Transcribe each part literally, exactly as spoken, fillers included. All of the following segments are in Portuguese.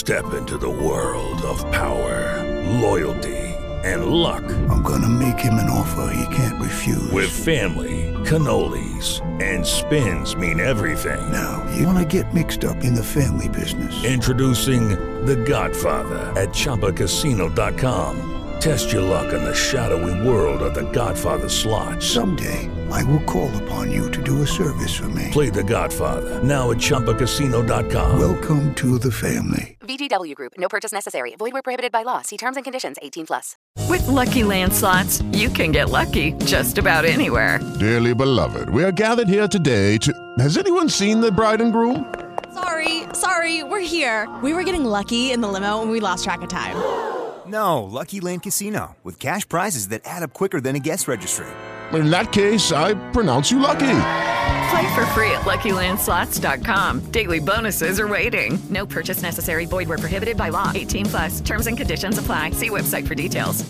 Step into the world of power, loyalty, and luck. I'm gonna make him an offer he can't refuse. With family, cannolis, and spins mean everything. Now, you wanna get mixed up in the family business. Introducing The Godfather at Chumba Casino dot com. Test your luck in the shadowy world of The Godfather slot. Someday, I will call upon you to do a service for me. Play The Godfather, now at Chumba Casino dot com. Welcome to the family. V G W Group. No purchase necessary. Void where prohibited by law. See terms and conditions. eighteen plus. With Lucky Land Slots, you can get lucky just about anywhere. Dearly beloved, we are gathered here today to... Has anyone seen the bride and groom? Sorry, sorry, we're here. We were getting lucky in the limo and we lost track of time. No, Lucky Land Casino, with cash prizes that add up quicker than a guest registry. In that case, I pronounce you lucky. Play for free at Lucky Land Slots dot com. Daily bonuses are waiting. No purchase necessary. Void where prohibited by law. eighteen plus. Terms and conditions apply. See website for details.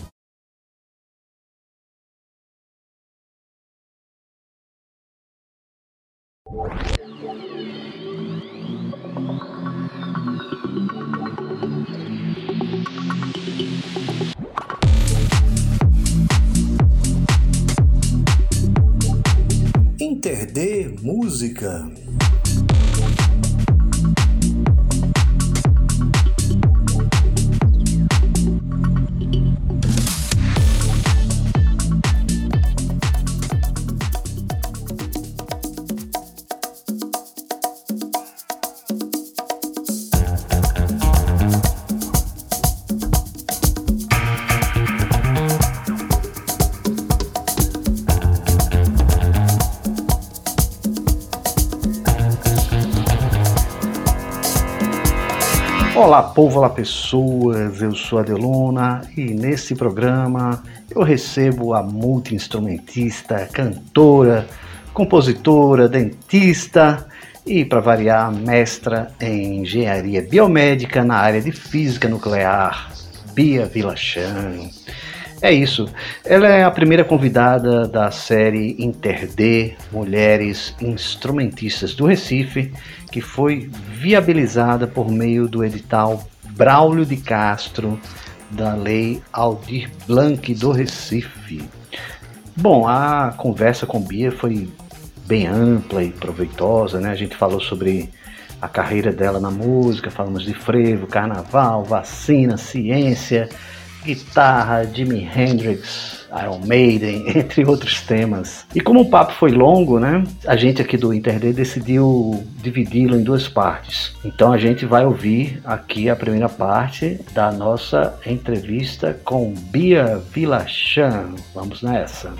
Inter-D Música. Olá povo, olá pessoas, eu sou a Deluna e nesse programa eu recebo a multi-instrumentista, cantora, compositora, dentista e, para variar, mestra em engenharia biomédica na área de física nuclear, Bia Vilachan. É isso, ela é a primeira convidada da série Inter-D Mulheres Instrumentistas do Recife, que foi viabilizada por meio do edital Braulio de Castro da Lei Aldir Blanc do Recife. Bom, a conversa com Bia foi bem ampla e proveitosa, né? A gente falou sobre a carreira dela na música, falamos de frevo, carnaval, vacina, ciência, guitarra, Jimi Hendrix, Iron Maiden, entre outros temas. E como o papo foi longo, né, a gente aqui do Inter-D decidiu dividi-lo em duas partes. Então a gente vai ouvir aqui a primeira parte da nossa entrevista com Bia Vilachan. Vamos nessa.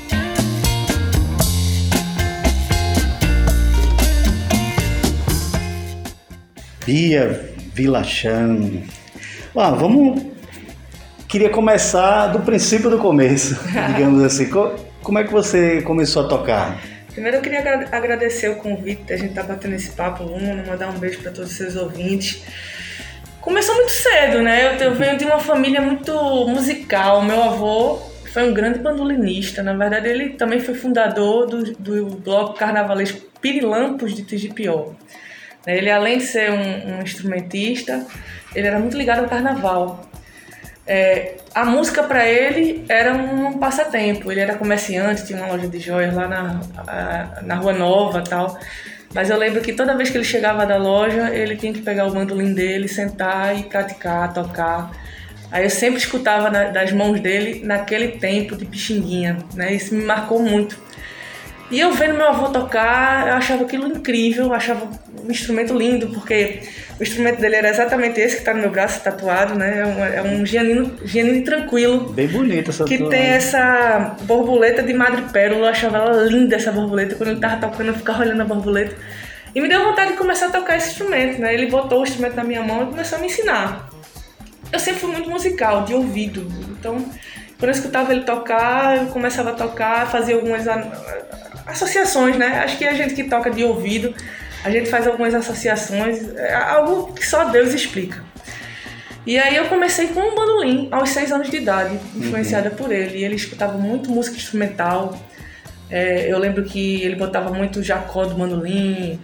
Bia Vilachan. Ah, vamos... Queria começar do princípio do começo, digamos assim. Como é que você começou a tocar? Primeiro eu queria agradecer o convite, a gente estar tá batendo esse papo, Luna, mandar um beijo para todos os seus ouvintes. Começou muito cedo, né? Eu venho de uma família muito musical. Meu avô foi um grande bandolinista, na verdade ele também foi fundador do, do bloco carnavalesco Pirilampos de Tigipió. Ele, além de ser um, um instrumentista, ele era muito ligado ao carnaval. É, a música para ele era um passatempo. Ele era comerciante, tinha uma loja de joias lá na, a, na Rua Nova e tal. Mas eu lembro que toda vez que ele chegava da loja, ele tinha que pegar o bandolim dele, sentar e praticar, tocar. Aí eu sempre escutava na, das mãos dele naquele tempo de pixinguinha, né? Isso me marcou muito. E eu vendo meu avô tocar, eu achava aquilo incrível, eu achava um instrumento lindo, porque o instrumento dele era exatamente esse que está no meu braço tatuado, né? É um, é um gianino, gianino tranquilo. Bem bonito essa Que tatuagem. tem essa borboleta de madrepérola, eu achava ela linda essa borboleta. Quando ele estava tocando, eu ficava olhando a borboleta. E me deu vontade de começar a tocar esse instrumento, né? Ele botou o instrumento na minha mão e começou a me ensinar. Eu sempre fui muito musical, de ouvido. Então, quando eu escutava ele tocar, eu começava a tocar, fazia algumas associações, né? Acho que a gente que toca de ouvido, a gente faz algumas associações, é algo que só Deus explica. E aí eu comecei com um bandolim, aos seis anos de idade, influenciada uhum. por ele. E ele escutava muito música instrumental. É, eu lembro que ele botava muito o Jacó do bandolim,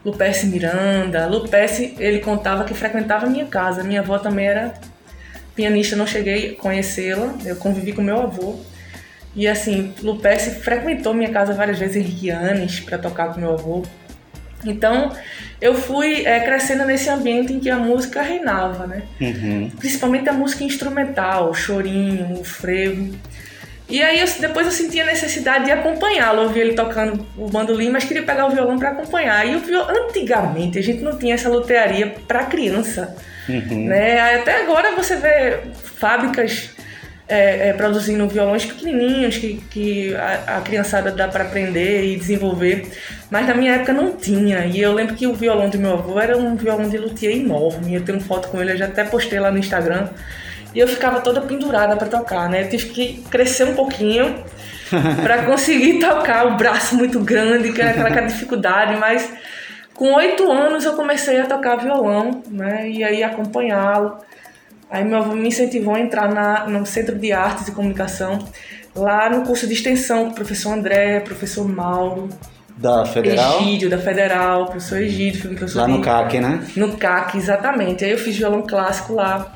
Lupécio Miranda. Lupécio, ele contava que frequentava a minha casa. Minha avó também era pianista, não cheguei a conhecê-la, eu convivi com meu avô. E assim, Lupécio frequentou minha casa várias vezes, Henrique Anes, para tocar com meu avô. Então, eu fui é, crescendo nesse ambiente em que a música reinava, né? Uhum. Principalmente a música instrumental, o chorinho, o frevo. E aí, eu, depois eu senti a necessidade de acompanhá-lo. Eu ouvi ele tocando o bandolim, mas queria pegar o violão para acompanhar. E o violão, antigamente, a gente não tinha essa lutearia para criança. Uhum. Né? Até agora você vê fábricas é, é, produzindo violões pequenininhos que, que a, a criançada dá para aprender e desenvolver. Mas na minha época não tinha. E eu lembro que o violão do meu avô era um violão de luthier enorme. Eu tenho foto com ele, eu já até postei lá no Instagram. E eu ficava toda pendurada para tocar, né? Eu tive que crescer um pouquinho para conseguir tocar, o braço muito grande, que era aquela dificuldade, mas com oito anos eu comecei a tocar violão, né? E aí acompanhá-lo. Aí meu avô me incentivou a entrar na, no Centro de Artes e Comunicação, lá no curso de extensão com o professor André, professor Mauro. Da Federal? Egídio, da Federal, professor Egídio. Professor lá no de, C A C, né? No C A C, exatamente. Aí eu fiz violão clássico lá.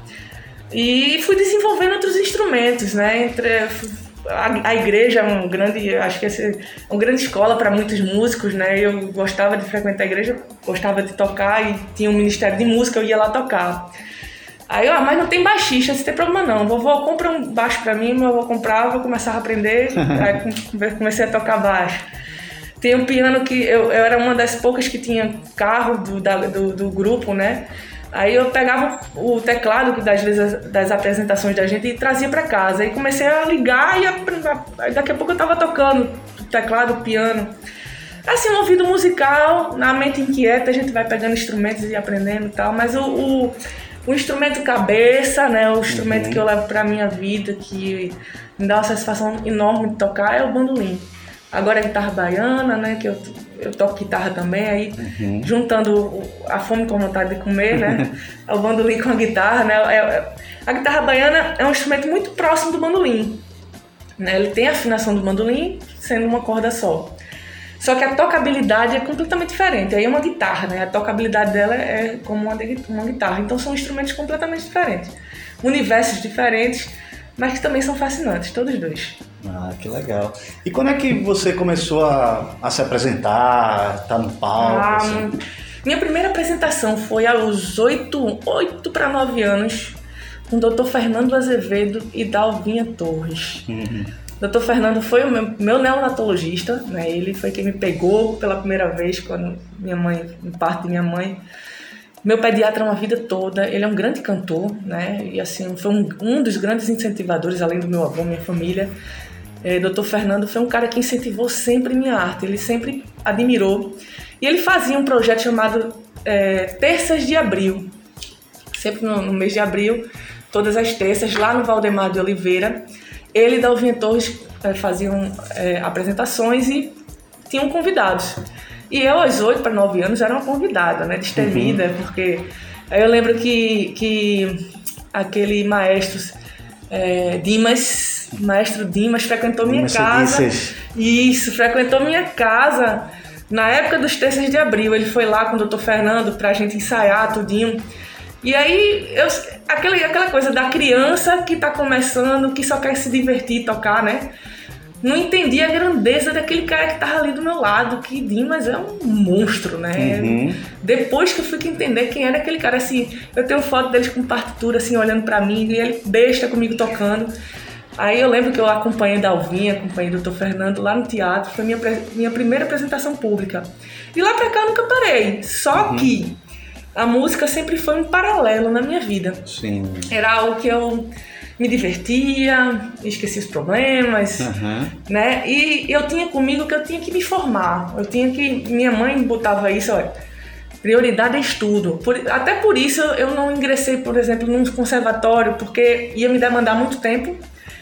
E fui desenvolvendo outros instrumentos, né? Entre, a, a igreja é um grande, acho que é uma grande escola para muitos músicos, né? Eu gostava de frequentar a igreja, gostava de tocar e tinha um ministério de música, eu ia lá tocar. Aí, ó, mas não tem baixista, não tem problema não. Vovô, compra um baixo para mim, meu avô comprava, eu começava a aprender, aí comecei a tocar baixo. Tem um piano que eu, eu era uma das poucas que tinha carro do, da, do, do grupo, né? Aí eu pegava o teclado das, das apresentações da gente e trazia para casa. Aí comecei a ligar e a, daqui a pouco eu tava tocando o teclado, o piano. Assim, um ouvido musical, na mente inquieta, a gente vai pegando instrumentos e aprendendo e tal. Mas o, o, o instrumento cabeça, né, o instrumento uhum. que eu levo pra minha vida, que me dá uma satisfação enorme de tocar, é o bandolim. Agora a guitarra baiana, né, que eu, eu toco guitarra também, aí uhum. juntando a fome com a vontade de comer, né, o bandolim com a guitarra, né, é, a guitarra baiana é um instrumento muito próximo do bandolim, né, ele tem a afinação do bandolim, sendo uma corda só. Só que a tocabilidade é completamente diferente, aí é uma guitarra, né, a tocabilidade dela é como uma, uma guitarra, então são instrumentos completamente diferentes, universos diferentes, mas que também são fascinantes, todos dois. Ah, que legal. E quando é que você começou a, a se apresentar, tá no palco? Ah, assim? Minha primeira apresentação foi aos oito para nove anos, com o doutor Fernando Azevedo e Dalvinha Torres. Uhum. O doutor Fernando foi o meu, meu neonatologista, né? Ele foi quem me pegou pela primeira vez, quando minha mãe, em parte de minha mãe. Meu pediatra uma vida toda, ele é um grande cantor, né? E assim, foi um, um dos grandes incentivadores, além do meu avô, minha família. É, doutor Fernando foi um cara que incentivou sempre minha arte, ele sempre admirou. E ele fazia um projeto chamado é, Terças de Abril. Sempre no, no mês de abril, todas as terças, lá no Valdemar de Oliveira. Ele e Dalvinha Torres é, faziam é, apresentações e tinham convidados. E eu, aos oito para nove anos, era uma convidada, né, destemida, uhum. porque eu lembro que, que aquele maestro é, Dimas, maestro Dimas, frequentou minha Dimas casa. Isso, frequentou minha casa na época dos Terças de Abril. Ele foi lá com o doutor Fernando pra gente ensaiar tudinho. E aí, eu, aquela, aquela coisa da criança que tá começando, que só quer se divertir e tocar, né? Não entendi a grandeza daquele cara que tava ali do meu lado, que Dimas é um monstro, né? Uhum. Depois que eu fui entender quem era aquele cara, assim, eu tenho foto deles com partitura, assim, olhando pra mim, e ele besta comigo tocando. Aí eu lembro que eu acompanhei Dalvinha, acompanhei o doutor Fernando lá no teatro, foi minha, minha primeira apresentação pública. E lá pra cá eu nunca parei, só uhum. que a música sempre foi um paralelo na minha vida. Sim. Era algo que eu me divertia, esquecia os problemas, uhum. né? E eu tinha comigo que eu tinha que me formar. Eu tinha que... Minha mãe botava isso, olha, prioridade é estudo. Por, até por isso eu não ingressei, por exemplo, num conservatório, porque ia me demandar muito tempo.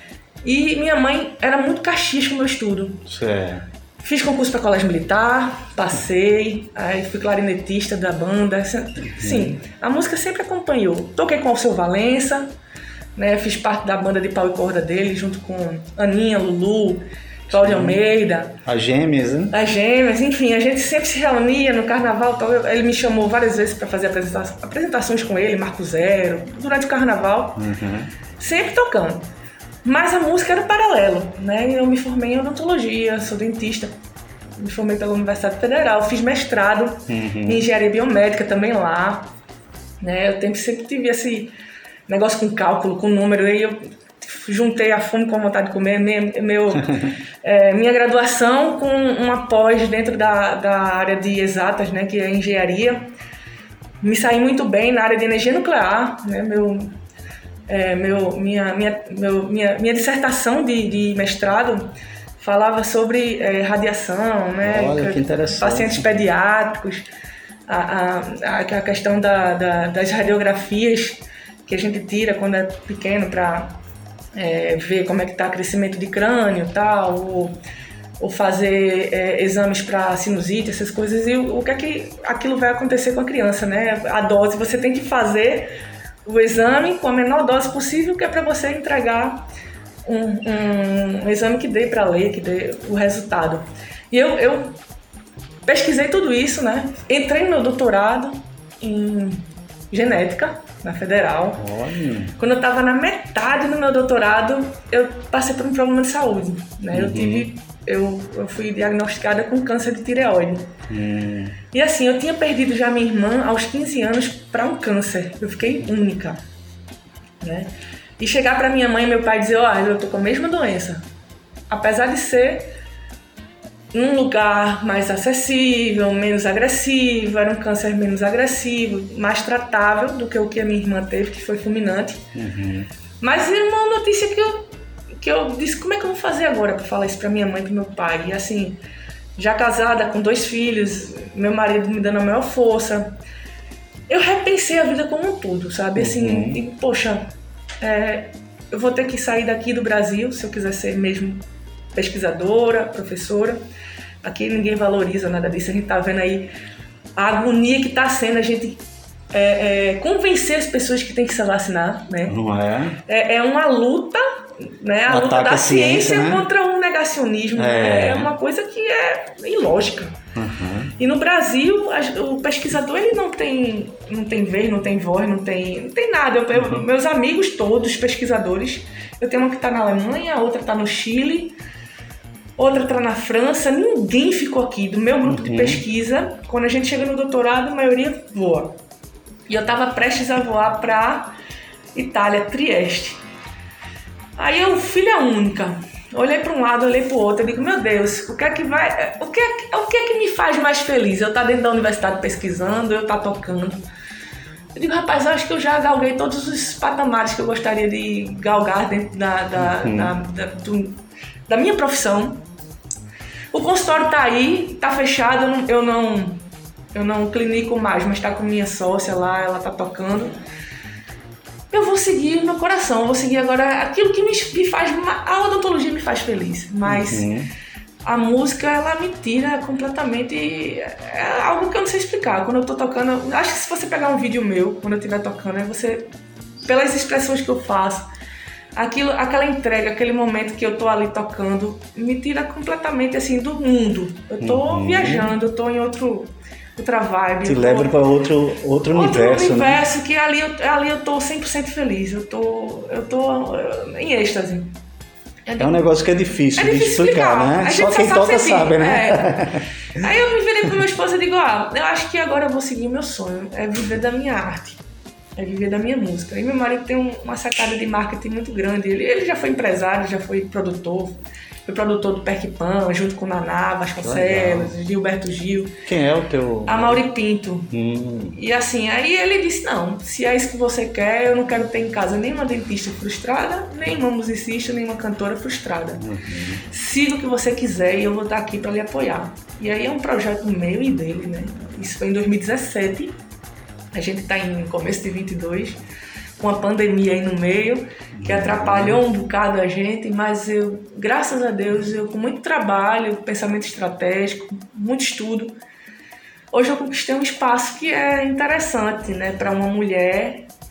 E minha mãe era muito caxias com o meu estudo. Certo. Fiz concurso para colégio militar, passei, aí fui clarinetista da banda. Sim, uhum. a música sempre acompanhou. Toquei com o Alceu Valença, né, fiz parte da banda de pau e corda dele, junto com Aninha, Lulu Cláudio Almeida. As Gêmeas, né? As Gêmeas, enfim, a gente sempre se reunia no carnaval. Ele me chamou várias vezes para fazer apresenta- apresentações com ele, Marco Zero, durante o carnaval, uhum. sempre tocando. Mas a música era paralelo, né? Eu me formei em odontologia, sou dentista. Me formei pela Universidade Federal, fiz mestrado uhum. em engenharia biomédica também lá. Né? Eu sempre tive esse negócio com cálculo, com número, e eu juntei a fome com a vontade de comer. Meu, meu, é, minha graduação com uma pós dentro da, da área de exatas, né? Que é engenharia. Me saí muito bem na área de energia nuclear, né? Meu, é, meu, minha, minha, meu, minha, minha dissertação de, de mestrado falava sobre é, radiação, né? Olha, que interessante. Pacientes pediátricos, a, a, a questão da, da, das radiografias que a gente tira quando é pequeno para é, ver como é que está o crescimento de crânio e tal, ou, ou fazer é, exames para sinusite, essas coisas, e o, o que é que aquilo vai acontecer com a criança, né? A dose, você tem que fazer o exame com a menor dose possível, que é para você entregar Um, um, um exame que dê para ler, que dê o resultado. E eu, eu pesquisei tudo isso, né? Entrei no meu doutorado em genética, na Federal. Olha. Quando eu estava na metade do meu doutorado, eu passei por um problema de saúde, né? Uhum. Eu tive, eu, eu fui diagnosticada com câncer de tireoide. Uhum. E assim, eu tinha perdido já minha irmã aos quinze anos para um câncer. Eu fiquei única, né? E chegar para minha mãe e meu pai e dizer, ó, oh, eu tô com a mesma doença. Apesar de ser num lugar mais acessível, menos agressivo, era um câncer menos agressivo, mais tratável do que o que a minha irmã teve, que foi fulminante. Uhum. Mas é uma notícia que eu, que eu disse, como é que eu vou fazer agora para falar isso para minha mãe e pro meu pai? E assim, já casada, com dois filhos, meu marido me dando a maior força. Eu repensei a vida como um todo, sabe? Assim, uhum. e, poxa... É, eu vou ter que sair daqui do Brasil se eu quiser ser mesmo pesquisadora, professora. Aqui ninguém valoriza nada disso. A gente tá vendo aí a agonia que tá sendo a gente é, é, convencer as pessoas que tem que se vacinar, né? Não é? É, é uma luta, né? A luta da ciência, ciência né? contra o negacionismo. É. é uma coisa que é ilógica. Uhum. E no Brasil, o pesquisador ele não tem, não tem vez, não tem voz, não tem, não tem nada. Eu, eu, uhum. Meus amigos todos, pesquisadores, eu tenho uma que está na Alemanha, outra está no Chile, outra está na França, ninguém ficou aqui. Do meu grupo uhum. de pesquisa, quando a gente chega no doutorado, a maioria voa. E eu estava prestes a voar para Itália, Trieste. Aí eu, filha única, olhei para um lado, olhei para o outro, eu digo, meu Deus, o que é que vai, o que é, o que é que me faz mais feliz? Eu estar dentro da universidade pesquisando, eu estar tocando. Eu digo, rapaz, eu acho que eu já galguei todos os patamares que eu gostaria de galgar dentro da, da, uhum. da, da, do, da minha profissão. O consultório está aí, está fechado, eu não, eu não, eu não clinico mais, mas está com minha sócia lá, ela está tocando. Eu vou seguir meu coração, eu vou seguir agora aquilo que me, me faz, a odontologia me faz feliz, mas uhum. a música, ela me tira completamente, é algo que eu não sei explicar. Quando eu tô tocando, acho que se você pegar um vídeo meu, quando eu estiver tocando, é você, pelas expressões que eu faço, aquilo, aquela entrega, aquele momento que eu tô ali tocando, me tira completamente assim do mundo. Eu tô uhum. viajando, eu tô em outro... outra vibe. Te leva para outro, outro universo. Outro universo, né? que ali eu, ali eu tô cem por cento feliz. Eu tô, eu tô em êxtase. É, é um negócio que é difícil, é difícil de explicar, explicar, né? Só quem só toca sentir. Sabe, né? É. Aí eu me virei com minha esposa e digo, ah, eu acho que agora eu vou seguir o meu sonho. É viver da minha arte. É viver da minha música. E meu marido tem um, uma sacada de marketing muito grande. Ele, ele já foi empresário, já foi produtor. Foi produtor do Perquipan, junto com Naná Vasconcelos, Gilberto Gil. Quem é o teu... Amaury Pinto. Hum. E assim, aí ele disse, não, se é isso que você quer, eu não quero ter em casa nem uma dentista frustrada, nem uma musicista, nem uma cantora frustrada. Uhum. Siga o que você quiser e eu vou estar aqui para lhe apoiar. E aí é um projeto meu e dele, né? Isso foi em dois mil e dezessete. A gente está em começo de vinte e dois. Com a pandemia aí no meio, que atrapalhou um bocado a gente, mas eu, graças a Deus, eu com muito trabalho, pensamento estratégico, muito estudo, hoje eu conquistei um espaço que é interessante, né, para uma mulher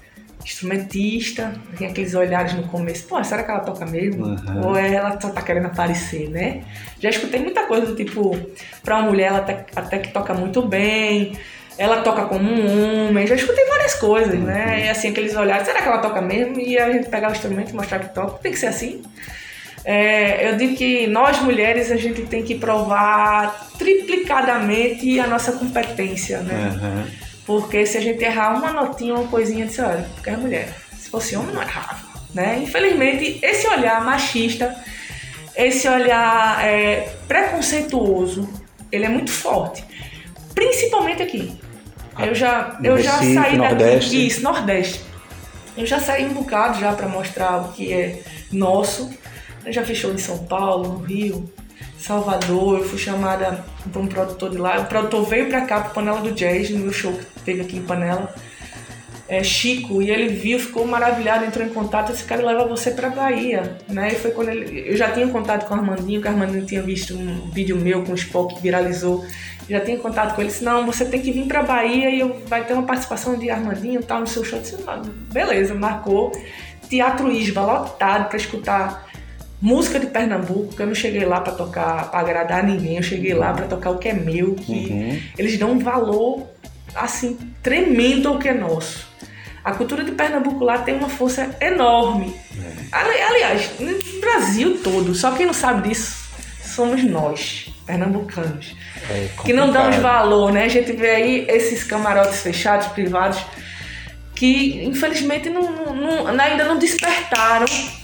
instrumentista, tem aqueles olhares no começo, pô, será que ela toca mesmo? Uhum. Ou é ela só tá querendo aparecer, né? Já escutei muita coisa do tipo, pra uma mulher ela até, até que toca muito bem, ela toca como um homem, já escutei várias coisas, uhum. né? E assim, aqueles olhares, será que ela toca mesmo? E a gente pegar o instrumento e mostrar que toca, tem que ser assim. É, eu digo que nós mulheres a gente tem que provar triplicadamente a nossa competência, né? Uhum. Porque se a gente errar uma notinha, uma coisinha, disse, olha, porque é mulher. Se fosse homem, não errava, né? Infelizmente, esse olhar machista, esse olhar é, preconceituoso, ele é muito forte. Principalmente aqui. Eu já, eu Recife, já saí Nordeste. daqui. Isso, Nordeste. Eu já saí um bocado já para mostrar o que é nosso. Eu já fiz show em São Paulo, no Rio, Salvador. Eu fui chamada por um produtor de lá. O produtor veio pra cá, pro Panela do Jazz, no meu show que teve aqui em Panela. É, Chico, e ele viu, ficou maravilhado, entrou em contato, esse cara leva você pra Bahia, né? E foi quando ele... Eu já tinha contato com o Armandinho, que o Armandinho tinha visto um vídeo meu com o Spock que viralizou. Eu já tinha contato com ele, disse, não, você tem que vir pra Bahia e eu, vai ter uma participação de Armandinho e tal no seu show. Eu disse, beleza, marcou. Teatro Isba, lotado pra escutar música de Pernambuco, que eu não cheguei lá pra tocar, pra agradar ninguém, eu cheguei lá pra tocar o que é meu, que uhum. eles dão um valor, assim, tremendo ao que é nosso. A cultura de Pernambuco lá tem uma força enorme. É. Ali, aliás, no Brasil todo, só quem não sabe disso somos nós, pernambucanos, é que não damos valor, né? A gente vê aí esses camarotes fechados, privados, que infelizmente não, não, ainda não despertaram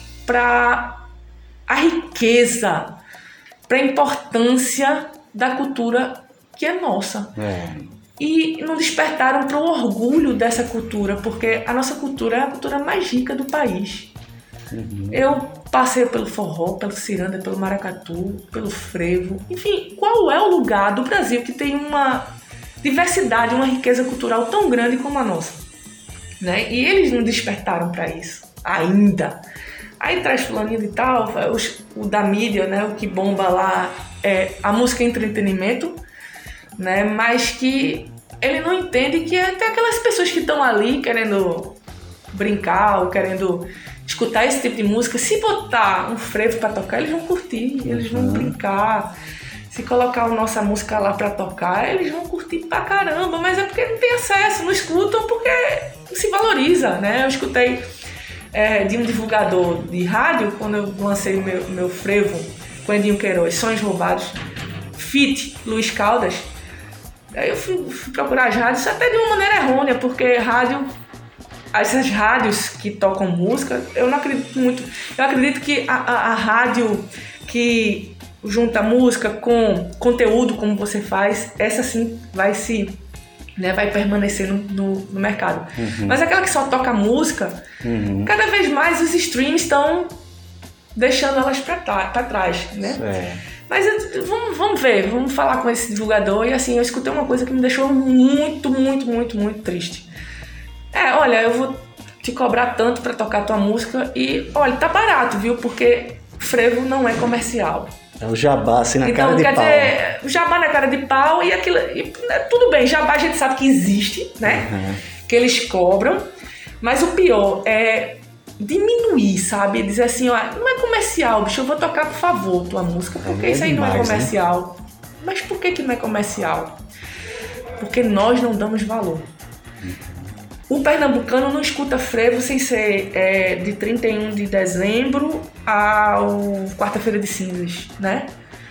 para a riqueza, para a importância da cultura que é nossa. É. E não despertaram para o orgulho dessa cultura, porque a nossa cultura é a cultura mais rica do país. Uhum. Eu passei pelo forró, pelo ciranda, pelo maracatu, pelo frevo. Enfim, qual é o lugar do Brasil que tem uma diversidade, uma riqueza cultural tão grande como a nossa? Né? E eles não despertaram para isso ainda. Aí traz fulaninho e tal, os, o da mídia, né, o que bomba lá é a música é entretenimento, né, mas que ele não entende que até aquelas pessoas que estão ali querendo brincar ou querendo escutar esse tipo de música, se botar um frevo para tocar, eles vão curtir, eles vão brincar. Se colocar a nossa música lá para tocar, eles vão curtir pra caramba, mas é porque não tem acesso, não escutam porque se valoriza, né? Eu escutei É, de um divulgador de rádio, quando eu lancei meu, meu frevo com Edinho Queiroz, Sonhos Roubados, feat. Luiz Caldas. Aí eu fui, fui procurar as rádios, até de uma maneira errônea, porque rádio, essas rádios que tocam música, eu não acredito muito. Eu acredito que a, a, a rádio que junta música com conteúdo, como você faz, essa sim vai se... Né, vai permanecer no, no, no mercado. Uhum. Mas aquela que só toca música, uhum. cada vez mais os streams estão deixando elas para trás, né? É. Mas vamos, vamos ver, vamos falar com esse divulgador. E assim, eu escutei uma coisa que me deixou muito, muito, muito, muito triste. É, olha, eu vou te cobrar tanto para tocar tua música e, olha, tá barato, viu? Porque frevo não é comercial. É o jabá, assim, na então, cara de quer pau. Dizer, o jabá na cara de pau e aquilo... E, né, tudo bem, jabá a gente sabe que existe, né? Uhum. Que eles cobram. Mas o pior é diminuir, sabe? Dizer assim, ó, não é comercial, bicho, eu vou tocar, por favor, tua música. Porque é isso aí demais, não é comercial. Né? Mas por que que não é comercial? Porque nós não damos valor. O pernambucano não escuta frevo sem ser é, de trinta e um de dezembro ao quarta-feira de cinzas, né?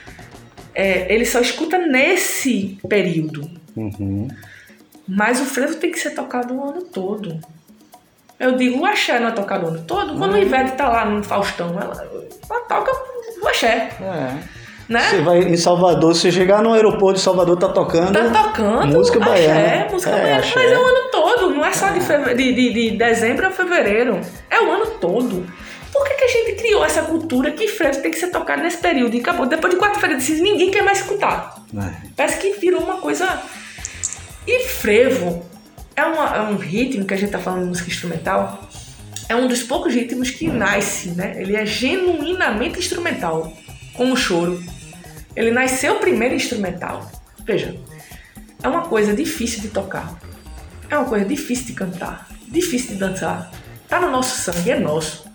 É, ele só escuta nesse período. Uhum. Mas o frevo tem que ser tocado o ano todo. Eu digo, o axé não é tocado o ano todo? Quando uhum. o Ivete tá lá no Faustão, ela, ela toca o axé. É. Né? Você vai em Salvador, se chegar no aeroporto de Salvador, tá tocando, tá tocando música baiana. Axé, música é, baiana, axé. Mas é o ano todo, não é só de, feve... de, de, de dezembro a fevereiro, é o ano todo. Por que que a gente criou essa cultura que frevo tem que ser tocado nesse período e acabou? Depois de quarta-feira de cinza, ninguém quer mais escutar. É. Parece que virou uma coisa... E frevo é, uma, é um ritmo que a gente tá falando de música instrumental, é um dos poucos ritmos que nasce, né? Ele é genuinamente instrumental, como o choro. Ele nasceu primeiro instrumental. Veja, é uma coisa difícil de tocar, é uma coisa difícil de cantar, difícil de dançar. tá no nosso sangue, é nosso.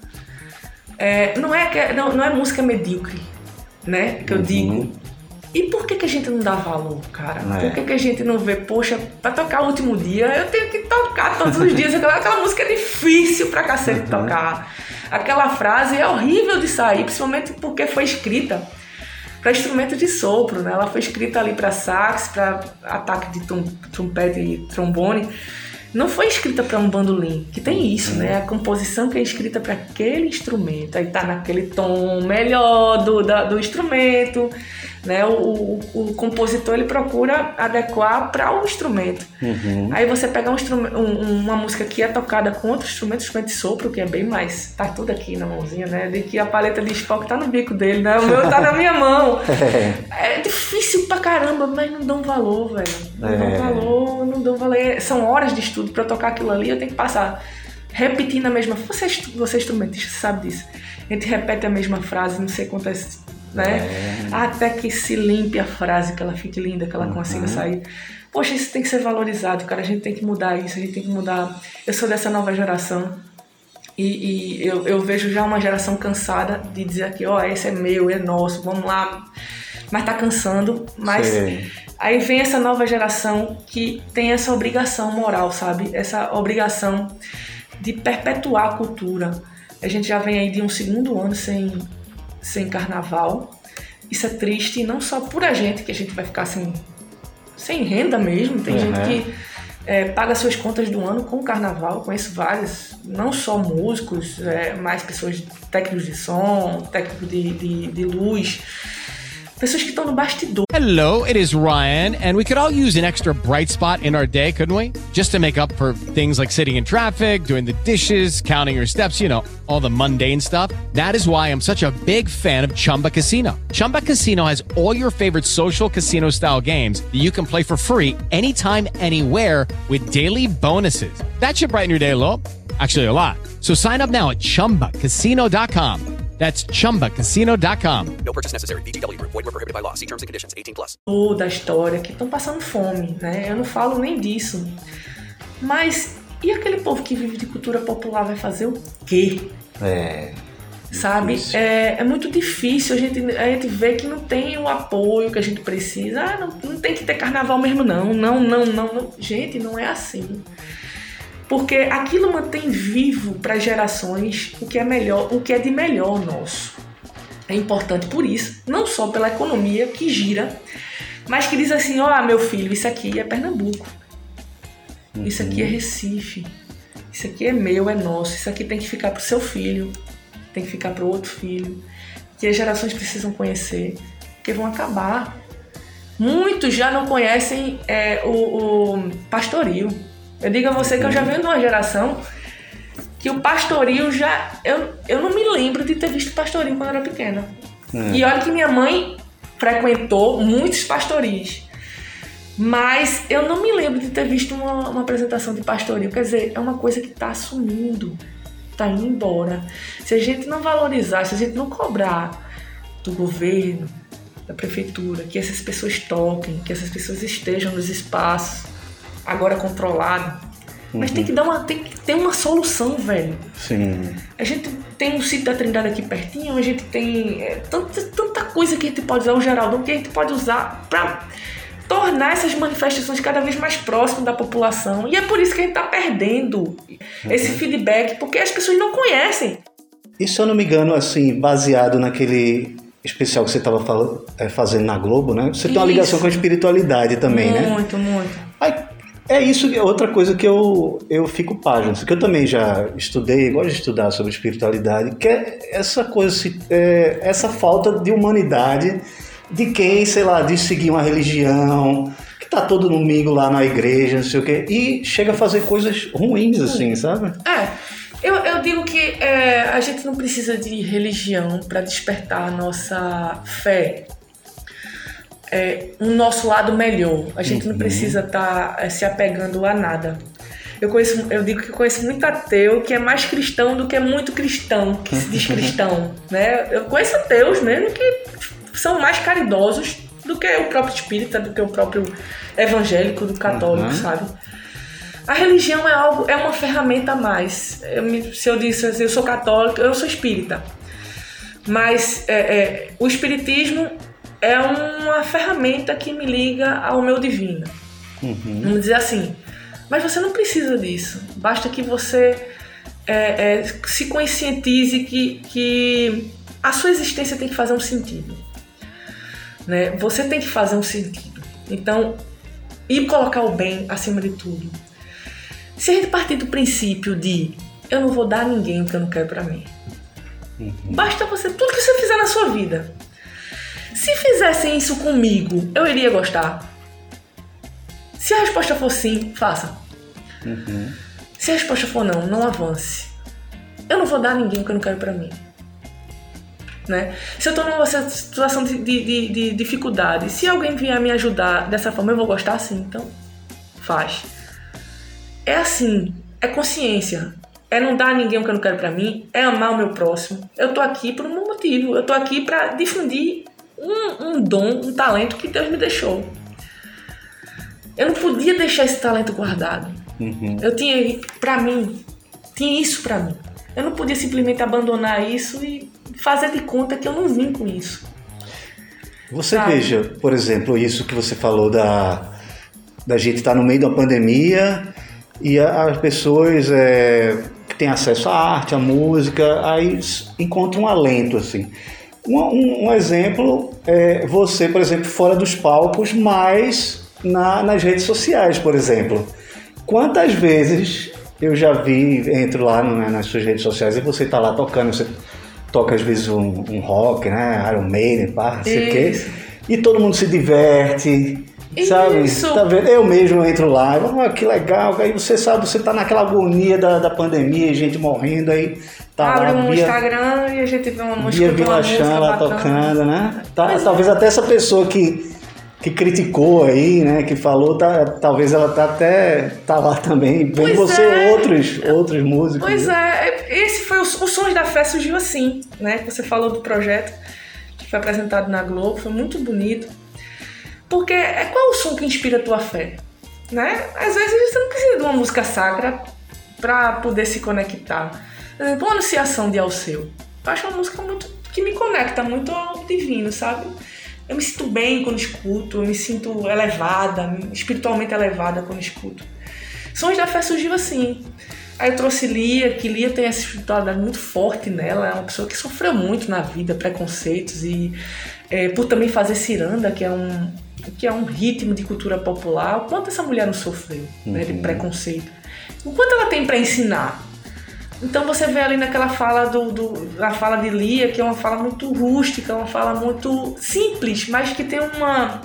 É, não, é que, não, não é música medíocre, né? Que eu uhum. digo. E por que, que a gente não dá valor, cara? É. Por que, que a gente não vê, poxa, pra tocar o último dia, eu tenho que tocar todos os dias. Aquela, aquela música é difícil pra cacete uhum. tocar. Aquela frase é horrível de sair, principalmente porque foi escrita para instrumento de sopro, né? Ela foi escrita ali para sax, para ataque de trom- trompete e trombone. Não foi escrita para um bandolim, que tem isso, né? A composição que é escrita para aquele instrumento. Aí tá naquele tom melhor do, da, do instrumento, né? O, o, o compositor, ele procura adequar para o instrumento. Uhum. Aí você pega um um, uma música que é tocada com outro instrumento, instrumento de sopro, que é bem mais... Tá tudo aqui na mãozinha, né? De que a paleta de Spock tá no bico dele, né? O meu tá na minha mão. É difícil pra caramba, mas não dão valor, velho. Não é. dão valor, não dão valor. São horas de estudo pra tocar aquilo ali, eu tenho que passar repetindo a mesma... Você, você é instrumentista, você sabe disso. A gente repete a mesma frase, não sei quantas... Né? É. Até que se limpe a frase, que ela fique linda, que ela uhum. consiga sair. Poxa, isso tem que ser valorizado, cara. A gente tem que mudar isso, a gente tem que mudar. Eu sou dessa nova geração e, e eu, eu vejo já uma geração cansada de dizer aqui, ó, oh, esse é meu, é nosso, vamos lá. Mas tá cansando. Mas Sim. aí vem essa nova geração que tem essa obrigação moral, sabe? Essa obrigação de perpetuar a cultura. A gente já vem aí de um segundo ano sem... sem carnaval. Isso é triste, não só por a gente, que a gente vai ficar sem, sem renda mesmo. Tem uhum. gente que é, paga suas contas do ano com carnaval. Conheço vários, não só músicos, é, mais pessoas, técnicos de som, técnicos de, de, de luz, pessoas que estão no bastidor. Hello, it is Ryan, and we could all use an extra bright spot in our day, couldn't we? Just to make up for things like sitting in traffic, doing the dishes, counting your steps, you know, all the mundane stuff. That is why I'm such a big fan of Chumba Casino. Chumba Casino has all your favorite social casino-style games that you can play for free anytime, anywhere with daily bonuses. That should brighten your day a little. Actually, a lot. So sign up now at chumba casino dot com. That's chumba casino dot com. No purchase necessary. V G W Group. Void where prohibited by law. See terms and conditions. eighteen plus. Da história que estão passando fome, né? Eu não falo nem disso. Mas e aquele povo que vive de cultura popular vai fazer o quê? É. Sabe? É, é muito difícil. A gente, a gente vê que não tem o apoio que a gente precisa. Ah, não, não tem que ter carnaval mesmo, não. Não, não, não, não. Gente, não é assim. Porque aquilo mantém vivo para as gerações o que é melhor, o que é de melhor nosso. É importante por isso, não só pela economia que gira, mas que diz assim, ó, oh, meu filho, isso aqui é Pernambuco, uhum. isso aqui é Recife, isso aqui é meu, é nosso, isso aqui tem que ficar pro seu filho, tem que ficar pro outro filho, que as gerações precisam conhecer, porque vão acabar. Muitos já não conhecem é, o, o pastoril. Eu digo a você que eu já venho de uma geração que o pastoril já... Eu, eu não me lembro de ter visto pastoril quando eu era pequena. É. E olha que minha mãe frequentou muitos pastoris. Mas eu não me lembro de ter visto uma, uma apresentação de pastoril. Quer dizer, é uma coisa que está sumindo. Está indo embora. Se a gente não valorizar, se a gente não cobrar do governo, da prefeitura, que essas pessoas toquem, que essas pessoas estejam nos espaços, agora controlado, uhum. mas tem que dar uma, tem que ter uma solução, velho. Sim. A gente tem um sítio da Trindade aqui pertinho, a gente tem é, tanta, tanta coisa que a gente pode usar, o Geraldão, que a gente pode usar para tornar essas manifestações cada vez mais próximas da população. E é por isso que a gente está perdendo uhum. esse feedback, porque as pessoas não conhecem. E se eu não me engano, assim, baseado naquele especial que você estava é, fazendo na Globo, né? Você isso. tem uma ligação com a espiritualidade também, muito, né? Muito, muito. Aí, é isso, é outra coisa que eu, eu fico página, que eu também já estudei, gosto de estudar sobre espiritualidade, que é essa coisa, é, essa falta de humanidade de quem, sei lá, diz seguir uma religião, que tá todo domingo lá na igreja, não sei o quê, e chega a fazer coisas ruins, assim, sabe? É, eu, eu digo que é, a gente não precisa de religião para despertar a nossa fé. É, um nosso lado melhor. A gente uhum. não precisa estar tá, é, se apegando a nada. Eu, conheço, eu digo que eu conheço muito ateu que é mais cristão do que é muito cristão, que se diz cristão. Né? Eu conheço ateus mesmo que são mais caridosos do que o próprio espírita, do que o próprio evangélico, do católico, uhum. sabe? A religião é algo, é uma ferramenta a mais. Eu me, se eu disse assim, eu sou católica, eu sou espírita. Mas é, é, o espiritismo é uma ferramenta que me liga ao meu divino. Uhum. Vamos dizer assim, mas você não precisa disso. Basta que você é, é, se conscientize que, que a sua existência tem que fazer um sentido. Né? Você tem que fazer um sentido. Então, e colocar o bem acima de tudo. Se a gente partir do princípio de eu não vou dar a ninguém o que eu não quero pra mim. Uhum. Basta você, tudo que você fizer na sua vida. Se fizessem isso comigo, eu iria gostar? Se a resposta for sim, faça. Uhum. Se a resposta for não, não avance. Eu não vou dar a ninguém o que eu não quero pra mim. Né? Se eu estou numa situação de, de, de, de dificuldade, se alguém vier me ajudar dessa forma, eu vou gostar sim, então faz. É assim, é consciência, é não dar a ninguém o que eu não quero pra mim, é amar o meu próximo. Eu tô aqui por um motivo, eu tô aqui pra difundir um, um dom, um talento que Deus me deixou. Eu não podia deixar esse talento guardado. Uhum. Eu tinha, pra mim, tinha isso pra mim. Eu não podia simplesmente abandonar isso e fazer de conta que eu não vim com isso. Você Sabe? veja, por exemplo, isso que você falou da, da gente estar no meio da pandemia e as pessoas é, que têm acesso à arte, à música, aí encontram um alento, assim. Um, um, um exemplo é você, por exemplo, fora dos palcos, mas na, nas redes sociais, por exemplo. Quantas vezes eu já vi, entro lá né, nas suas redes sociais e você está lá tocando, você toca às vezes um, um rock, né, Iron Maiden, pá, não sei o quê, e todo mundo se diverte, Isso. sabe? Tá vendo? Eu mesmo entro lá, oh, que legal, aí você sabe, você tá naquela agonia da, da pandemia, gente morrendo, aí tá Abre lá, um Bia, Instagram e a gente vê uma música, Bia Vilachan lá bacana. tocando, né? Tá, talvez é. até essa pessoa que que criticou aí, né, que falou, tá, talvez ela tá até tá lá também, vendo você é. outros, outros músicos. Pois né? é, esse foi o, o Sons da Fé surgiu assim, né, que você falou do projeto que foi apresentado na Globo, foi muito bonito, porque é qual o som que inspira a tua fé, né? Às vezes você não precisa de uma música sacra para poder se conectar. Por exemplo, uma anunciação de Alceu, eu acho uma música muito, que me conecta muito ao divino, sabe? Eu me sinto bem quando escuto, eu me sinto elevada, espiritualmente elevada quando escuto. Sons da Fé surgiu assim. Aí eu trouxe Lia, que Lia tem essa espiritualidade muito forte nela, é uma pessoa que sofreu muito na vida, preconceitos, e é, por também fazer ciranda, que é, um, que é um ritmo de cultura popular, o quanto essa mulher não sofreu, uhum. né, de preconceito. O quanto ela tem para ensinar. Então você vê ali naquela fala do, do, na fala de Lia, que é uma fala muito rústica, uma fala muito simples, mas que tem uma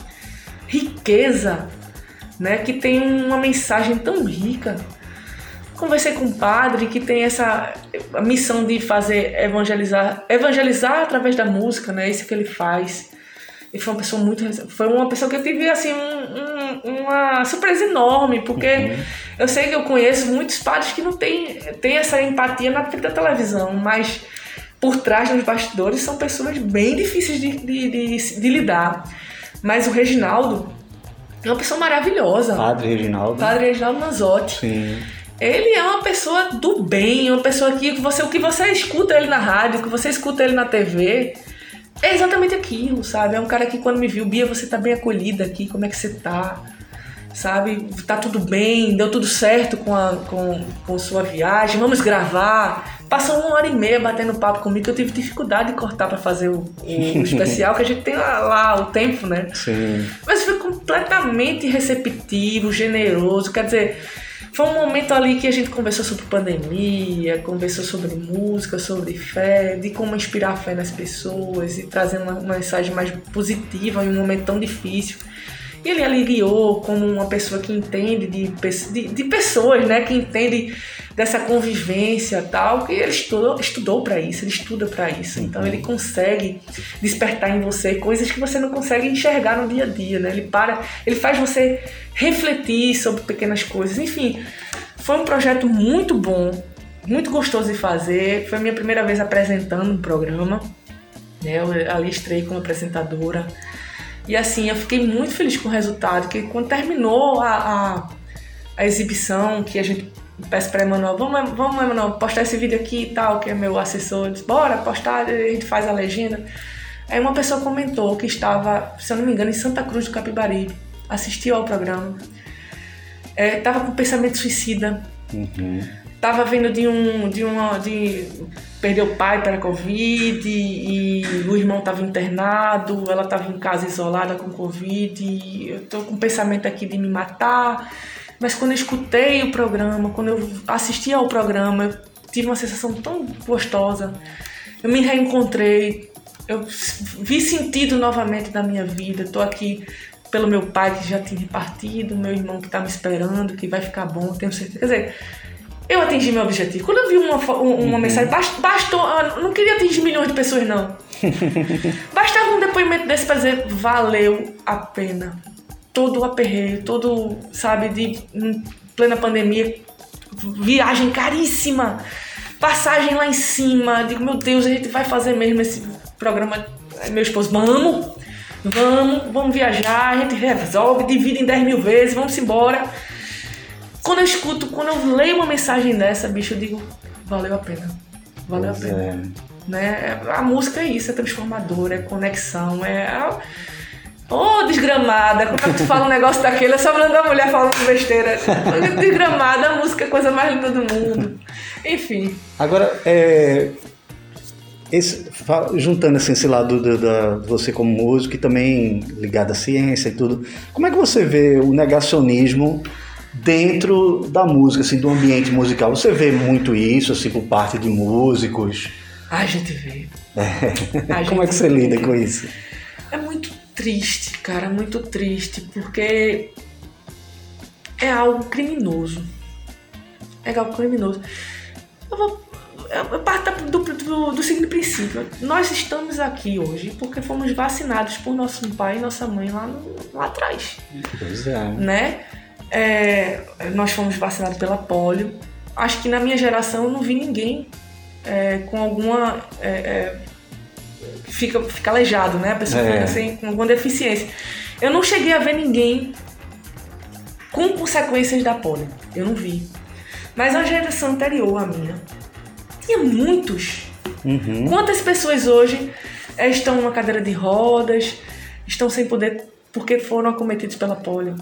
riqueza, né? Que tem uma mensagem tão rica. Conversei com um padre que tem essa a missão de fazer evangelizar, evangelizar através da música, né? Isso que ele faz. Ele foi uma pessoa muito, foi uma pessoa que eu tive assim um, um, uma surpresa enorme, porque uhum. eu sei que eu conheço muitos padres que não têm, têm essa empatia na frente da televisão, mas por trás dos bastidores são pessoas bem difíceis de, de, de, de lidar. Mas o Reginaldo é uma pessoa maravilhosa. Padre Reginaldo. Padre Reginaldo Manzotti. Sim. Ele é uma pessoa do bem, uma pessoa que você, o que você escuta ele na rádio, o que você escuta ele na T V, é exatamente aquilo, sabe? É um cara que quando me viu, Bia, você tá bem acolhida aqui, como é que você tá? Sabe? Tá tudo bem, deu tudo certo com a com, com sua viagem, vamos gravar. Passou uma hora e meia batendo papo comigo, que eu tive dificuldade de cortar pra fazer o, o especial, que a gente tem lá, lá o tempo, né? Sim. Mas foi completamente receptivo, generoso, quer dizer... Foi um momento ali que a gente conversou sobre pandemia, conversou sobre música, sobre fé, de como inspirar a fé nas pessoas e trazendo uma, uma mensagem mais positiva em um momento tão difícil. E ele aliviou como uma pessoa que entende de, de, de pessoas, né, que entende dessa convivência e tal, que ele estudou, estudou para isso, ele estuda para isso. Então ele consegue despertar em você coisas que você não consegue enxergar no dia a dia, né? Ele para, ele faz você refletir sobre pequenas coisas. Enfim, foi um projeto muito bom, muito gostoso de fazer. Foi a minha primeira vez apresentando um programa, né? Eu ali estrei como apresentadora. E assim, eu fiquei muito feliz com o resultado, que quando terminou a, a, a exibição, que a gente peço para Emanuel, vamos, vamos Emanuel, postar esse vídeo aqui e tal, que é meu assessor, disse, bora postar, a gente faz a legenda. Aí uma pessoa comentou que estava, se eu não me engano, em Santa Cruz do Capibaribe, assistiu ao programa, é, tava com pensamento suicida, uhum. Tava vindo de um, de uma, de perdeu o pai para a Covid e, e o irmão tava internado, ela tava em casa isolada com Covid, e eu tô com pensamento aqui de me matar. Mas quando eu escutei o programa, quando eu assisti ao programa, eu tive uma sensação tão gostosa. Eu me reencontrei, eu vi sentido novamente na minha vida. Estou aqui pelo meu pai que já tinha partido, meu irmão que está me esperando, que vai ficar bom, tenho certeza. Quer dizer, eu atingi meu objetivo. Quando eu vi uma, uma uhum. mensagem, bastou, eu não queria atingir milhões de pessoas, não. Bastava um depoimento desse para dizer, valeu a pena. Todo o aperreio, todo, sabe, de em plena pandemia, viagem caríssima, passagem lá em cima, digo, meu Deus, a gente vai fazer mesmo esse programa, meu esposo, vamos, vamos, vamos viajar, a gente resolve, divide em dez mil vezes, vamos embora. Quando eu escuto, quando eu leio uma mensagem dessa, bicho, eu digo, valeu a pena, valeu pois a pena. É. Né? A música é isso, é transformadora, é conexão, é... Ô, oh, desgramada, quando tu fala um negócio daquele, é só falando da mulher falando besteira. Desgramada, a música é a coisa mais linda do mundo. Enfim. Agora, é, esse, juntando assim, esse lado do, da você como músico e também ligado à ciência e tudo, como é que você vê o negacionismo dentro da música, assim, do ambiente musical? Você vê muito isso, assim, por parte de músicos? A gente vê. É. A como gente é que você vê. lida com isso? É muito triste, cara, muito triste, porque é algo criminoso. É algo criminoso. Eu vou eu parto do, do, do seguinte princípio. Nós estamos aqui hoje porque fomos vacinados por nosso pai e nossa mãe lá, no, lá atrás. Pois é. Né? É, nós fomos vacinados pela polio. Acho que na minha geração eu não vi ninguém é, com alguma... É, é, Fica, fica aleijado, né? A pessoa é. fica assim, com alguma deficiência. Eu não cheguei a ver ninguém com consequências da polio. Eu não vi. Mas a geração anterior à minha tinha muitos. Uhum. Quantas pessoas hoje é, estão numa cadeira de rodas, estão sem poder porque foram acometidos pela polio?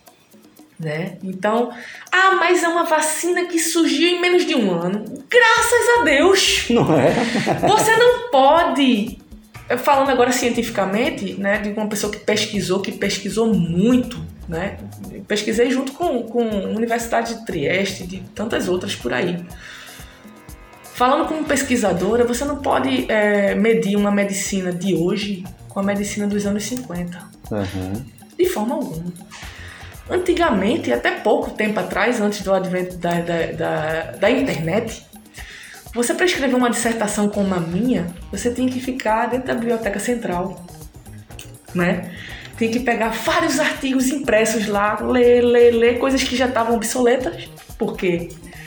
Né? Então, ah, mas é uma vacina que surgiu em menos de um ano. Graças a Deus! Não é? Você não pode... Falando agora cientificamente, né, de uma pessoa que pesquisou, que pesquisou muito, né? Pesquisei junto com, com a Universidade de Trieste, de tantas outras por aí. Falando como pesquisadora, você não pode é, medir uma medicina de hoje com a medicina dos anos cinquenta. Uhum. De forma alguma. Antigamente, até pouco tempo atrás, antes do advento da, da, da, da internet, você, para escrever uma dissertação como a minha, você tinha que ficar dentro da biblioteca central, né? Tem que pegar vários artigos impressos lá, ler, ler, ler, coisas que já estavam obsoletas, porque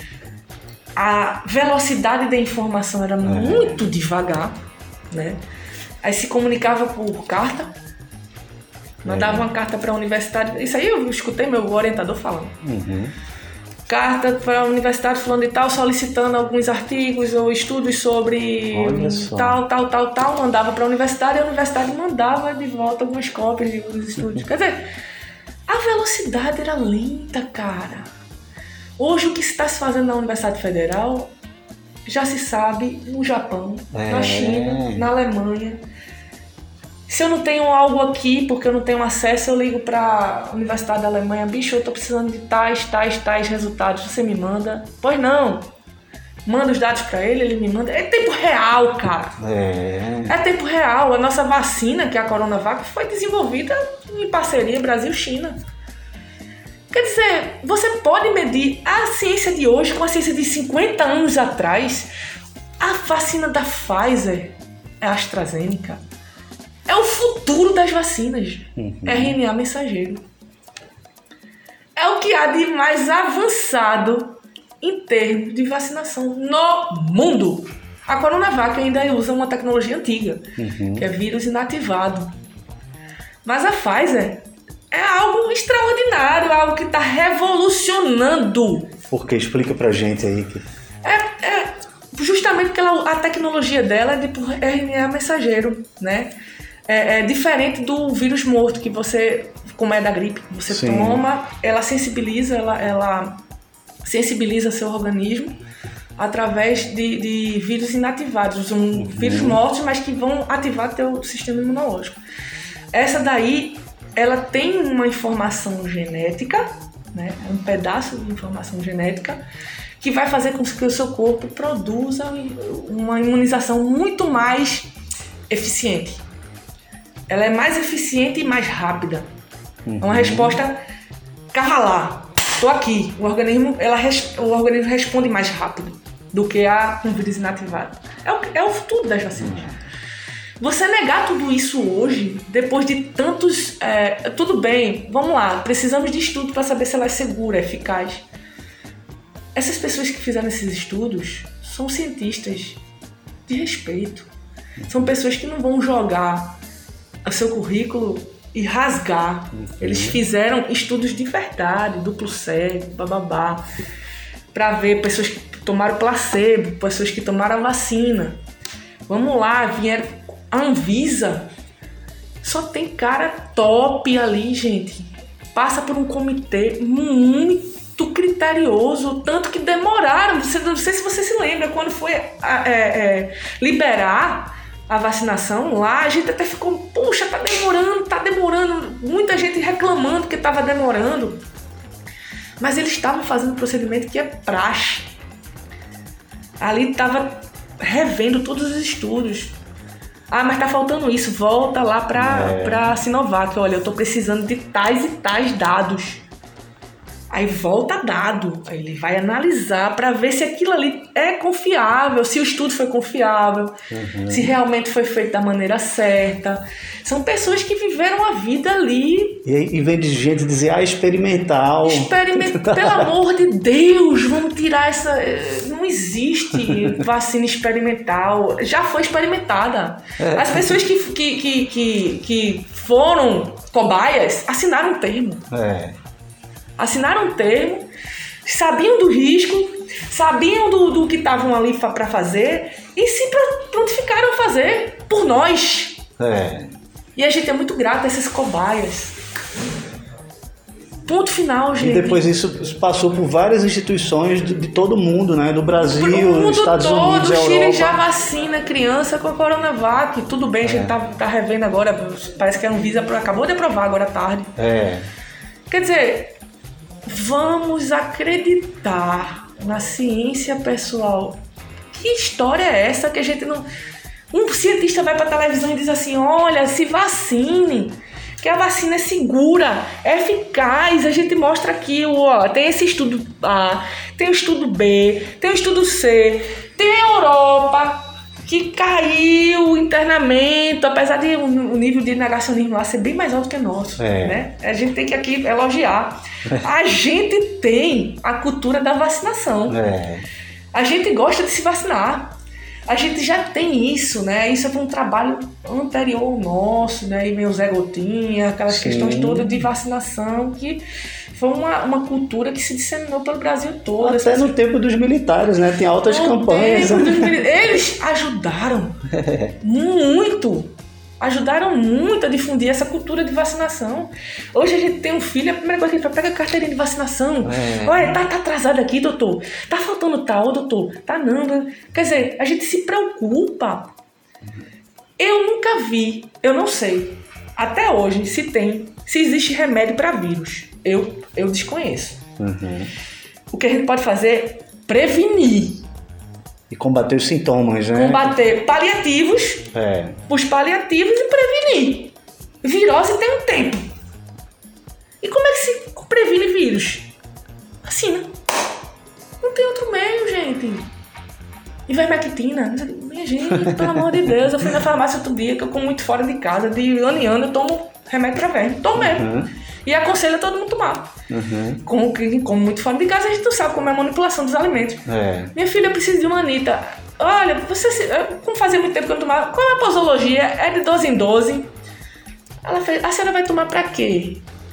a velocidade da informação era muito devagar, né? Aí se comunicava por carta, mandava uma carta para a universidade, isso aí eu escutei meu orientador falando. Uhum. Carta para a universidade fulano e tal, solicitando alguns artigos ou estudos sobre tal, tal, tal, tal, mandava para a universidade e a universidade mandava de volta algumas cópias de alguns estudos. Quer dizer, a velocidade era lenta, cara. Hoje o que se está se fazendo na Universidade Federal já se sabe no Japão, é. na China, na Alemanha. Se eu não tenho algo aqui, porque eu não tenho acesso, eu ligo para a Universidade da Alemanha, bicho, eu tô precisando de tais, tais, tais resultados, você me manda? Pois não. Manda os dados para ele, ele me manda. É tempo real, cara. É. É tempo real. A nossa vacina, que é a Coronavac, foi desenvolvida em parceria Brasil-China. Quer dizer, você pode medir a ciência de hoje com a ciência de cinquenta anos atrás. A vacina da Pfizer, a AstraZeneca, é o futuro das vacinas. Uhum. R N A mensageiro. É o que há de mais avançado em termos de vacinação no mundo. A Coronavac ainda usa uma tecnologia antiga, uhum. que é vírus inativado. Mas a Pfizer é algo extraordinário, algo que está revolucionando. Por que? Explica pra gente aí. Que... É, é justamente porque ela, a tecnologia dela é de R N A mensageiro, né? É, é diferente do vírus morto, que você, como é da gripe, você Sim. toma, ela sensibiliza, ela, ela sensibiliza seu organismo através de, de vírus inativados, um uhum. vírus mortos, mas que vão ativar teu sistema imunológico. Essa daí, ela tem uma informação genética, né? Um pedaço de informação genética que vai fazer com que o seu corpo produza uma imunização muito mais eficiente. Ela é mais eficiente e mais rápida. Uhum. É uma resposta cavalar. Estou aqui. O organismo, ela, o organismo responde mais rápido do que a um vírus inativado. É o, é o futuro das vacinas. Você negar tudo isso hoje, depois de tantos... É, tudo bem, vamos lá. Precisamos de estudo para saber se ela é segura, eficaz. Essas pessoas que fizeram esses estudos são cientistas de respeito. São pessoas que não vão jogar o seu currículo e rasgar. Uhum. Eles fizeram estudos de verdade, duplo cego, bababá, para ver pessoas que tomaram placebo, pessoas que tomaram a vacina. Vamos lá, vieram a Anvisa. Só tem cara top ali, gente. Passa por um comitê muito criterioso, tanto que demoraram. Não sei se você se lembra, quando foi é, é, liberar a vacinação lá, a gente até ficou, puxa, tá demorando, tá demorando. Muita gente reclamando que tava demorando. Mas eles estavam fazendo um procedimento que é praxe. Ali tava revendo todos os estudos. Ah, mas tá faltando isso. Volta lá pra, é. pra Sinovac. Olha, eu tô precisando de tais e tais dados. Aí volta dado, aí ele vai analisar para ver se aquilo ali é confiável, se o estudo foi confiável, uhum. se realmente foi feito da maneira certa. São pessoas que viveram a vida ali. E aí vem de gente dizer, ah, experimental. Experimental. Pelo amor de Deus, vamos tirar essa... Não existe vacina experimental. Já foi experimentada. É. As pessoas que, que, que, que, que foram cobaias assinaram um termo. É. Assinaram um termo, sabiam do risco, sabiam do, do que estavam ali para fazer e se prontificaram a fazer por nós. É. E a gente é muito grato a essas cobaias. Ponto final, gente. E depois isso passou por várias instituições de, de todo mundo, né? Do Brasil, dos Estados todo, Unidos, Europa. O Chile Europa. já vacina criança com a Coronavac. Tudo bem, é. a gente tá, tá revendo agora. Parece que a Anvisa acabou de aprovar agora à tarde. É. Quer dizer... Vamos acreditar na ciência, pessoal. Que história é essa que a gente não... Um cientista vai pra televisão e diz assim, olha, se vacine, que a vacina é segura, é eficaz. A gente mostra aqui, ó, tem esse estudo A, tem o estudo B, tem o estudo C, tem a Europa... que caiu o internamento, apesar de o nível de negacionismo lá ser bem mais alto que o nosso, é. né? A gente tem que aqui elogiar. A gente tem a cultura da vacinação. É. A gente gosta de se vacinar. A gente já tem isso, né? Isso é um trabalho anterior ao nosso, né? E vem o Zé Gotinha, aquelas Sim. questões todas de vacinação que... Foi uma, uma cultura que se disseminou pelo Brasil todo. Até no tempo dos militares, né? Tem altas no campanhas. Tempo dos mili- Eles ajudaram muito. Ajudaram muito a difundir essa cultura de vacinação. Hoje a gente tem um filho, a primeira coisa que a gente fala, pega a carteirinha de vacinação. É. Olha, tá, tá atrasado aqui, doutor. Tá faltando tal, doutor. Tá não. Quer dizer, a gente se preocupa. Eu nunca vi, eu não sei, até hoje, se tem, se existe remédio para vírus. Eu, eu desconheço. Uhum. O que a gente pode fazer é prevenir. E combater os sintomas, né? Combater paliativos, é. os paliativos e prevenir. Virose tem um tempo. E como é que se previne vírus? Vacina. Não tem outro meio, gente. Ivermectina. Minha gente, pelo amor de Deus. Eu fui na farmácia outro dia, que eu como muito fora de casa. De ano em ano eu tomo remédio pra verme. Tomo mesmo. Uhum. E aconselho todo mundo tomar. Uhum. Como, como muito fora de casa, a gente não sabe como é a manipulação dos alimentos. É. Minha filha precisa de uma Anitta. Olha, você se, como fazia muito tempo que eu não tomava, qual é a posologia? É de doze em doze. Ela fez, a senhora vai tomar pra quê?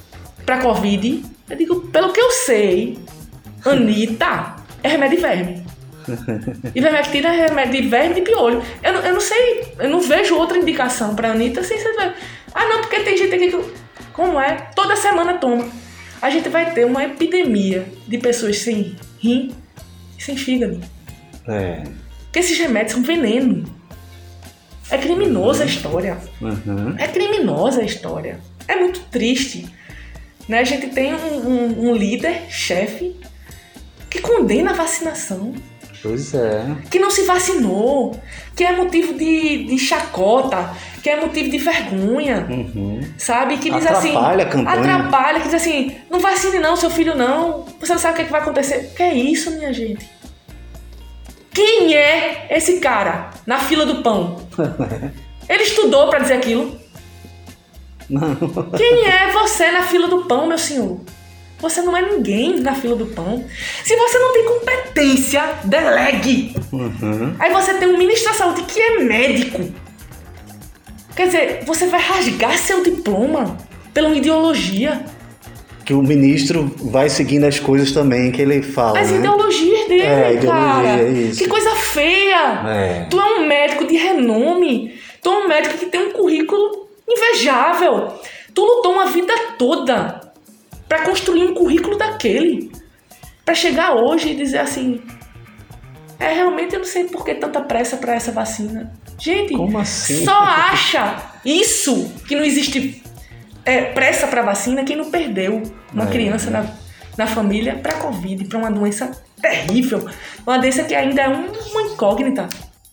pra Covid. Eu digo, pelo que eu sei, Anitta é remédio de verme. Ivermectina é remédio de verme e de piolho. Eu não, eu não sei, eu não vejo outra indicação pra Anitta sem ser... Ah, não, porque tem gente aqui que... Como é? Toda semana toma. A gente vai ter uma epidemia de pessoas sem rim e sem fígado. É. Porque esses remédios são veneno. É criminosa a história. Uhum. É criminosa a história. É muito triste. Né? A gente tem um, um, um líder, chefe, que condena a vacinação. Pois é. Que não se vacinou. Que é motivo de, de chacota. Que é motivo de vergonha. Uhum. Sabe? Que diz Atrapalha assim... a campanha. Atrapalha. Que diz assim, não vacine não, seu filho não. Você não sabe o que, é que vai acontecer. Que é isso, minha gente? Quem é esse cara na fila do pão? Ele estudou pra dizer aquilo? Não. Quem é você na fila do pão, meu senhor? Você não é ninguém na fila do pão. Se você não tem competência, delegue. Uhum. Aí você tem um ministro da saúde que é médico. Quer dizer, você vai rasgar seu diploma pela uma ideologia. Que o ministro vai seguindo as coisas também que ele fala, As né? ideologias dele, é, a ideologia, cara. É isso. Que coisa feia. É. Tu é um médico de renome. Tu é um médico que tem um currículo invejável. Tu lutou uma vida toda pra construir um currículo daquele. Pra chegar hoje e dizer assim... É, realmente eu não sei por que tanta pressa pra essa vacina. Gente, como assim? Só acha isso, que não existe é, pressa pra vacina, quem não perdeu uma é, criança é. na, na família pra Covid, pra uma doença terrível. Uma doença que ainda é uma incógnita.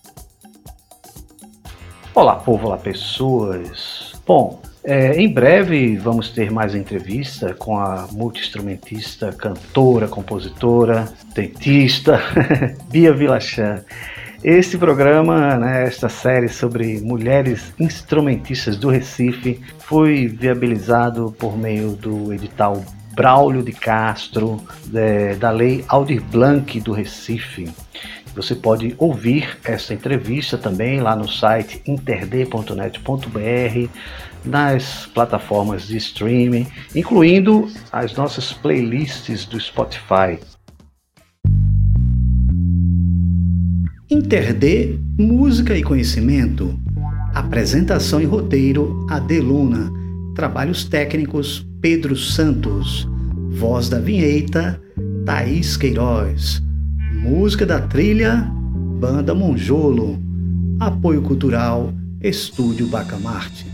Olá, povo, olá, pessoas. Bom, é, em breve vamos ter mais entrevista com a multi-instrumentista, cantora, compositora, dentista, Bia Vilachan. Este programa, né, esta série sobre mulheres instrumentistas do Recife, foi viabilizado por meio do edital Braulio de Castro, de, da Lei Aldir Blanc do Recife. Você pode ouvir essa entrevista também lá no site interd ponto net ponto b r, nas plataformas de streaming, incluindo as nossas playlists do Spotify. InterD, música e conhecimento. Apresentação e roteiro, Adeluna. Trabalhos técnicos, Pedro Santos. Voz da vinheta, Thaís Queiroz. Música da trilha, Banda Monjolo. Apoio cultural, Estúdio Bacamarte.